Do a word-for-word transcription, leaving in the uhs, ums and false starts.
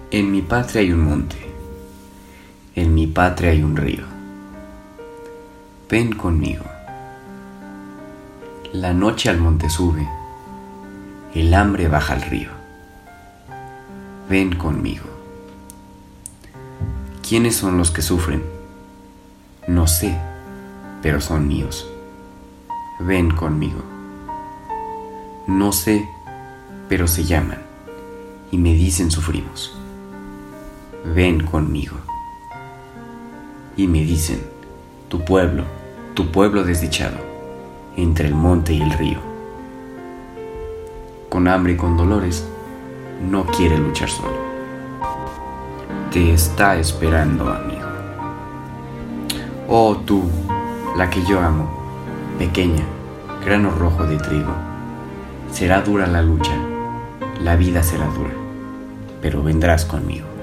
En mi patria hay un monte, en mi patria hay un río. Ven conmigo. La noche al monte sube, el hambre baja al río. Ven conmigo. ¿Quiénes son los que sufren? No sé, pero son míos. Ven conmigo. No sé, pero se llaman y me dicen sufrimos. Ven conmigo. Y me dicen, tu pueblo, tu pueblo desdichado, entre el monte y el río. Con hambre y con dolores, no quiere luchar solo. Te está esperando, amigo. Oh tú, la que yo amo, pequeña, grano rojo de trigo. Será dura la lucha, la vida será dura, pero vendrás conmigo.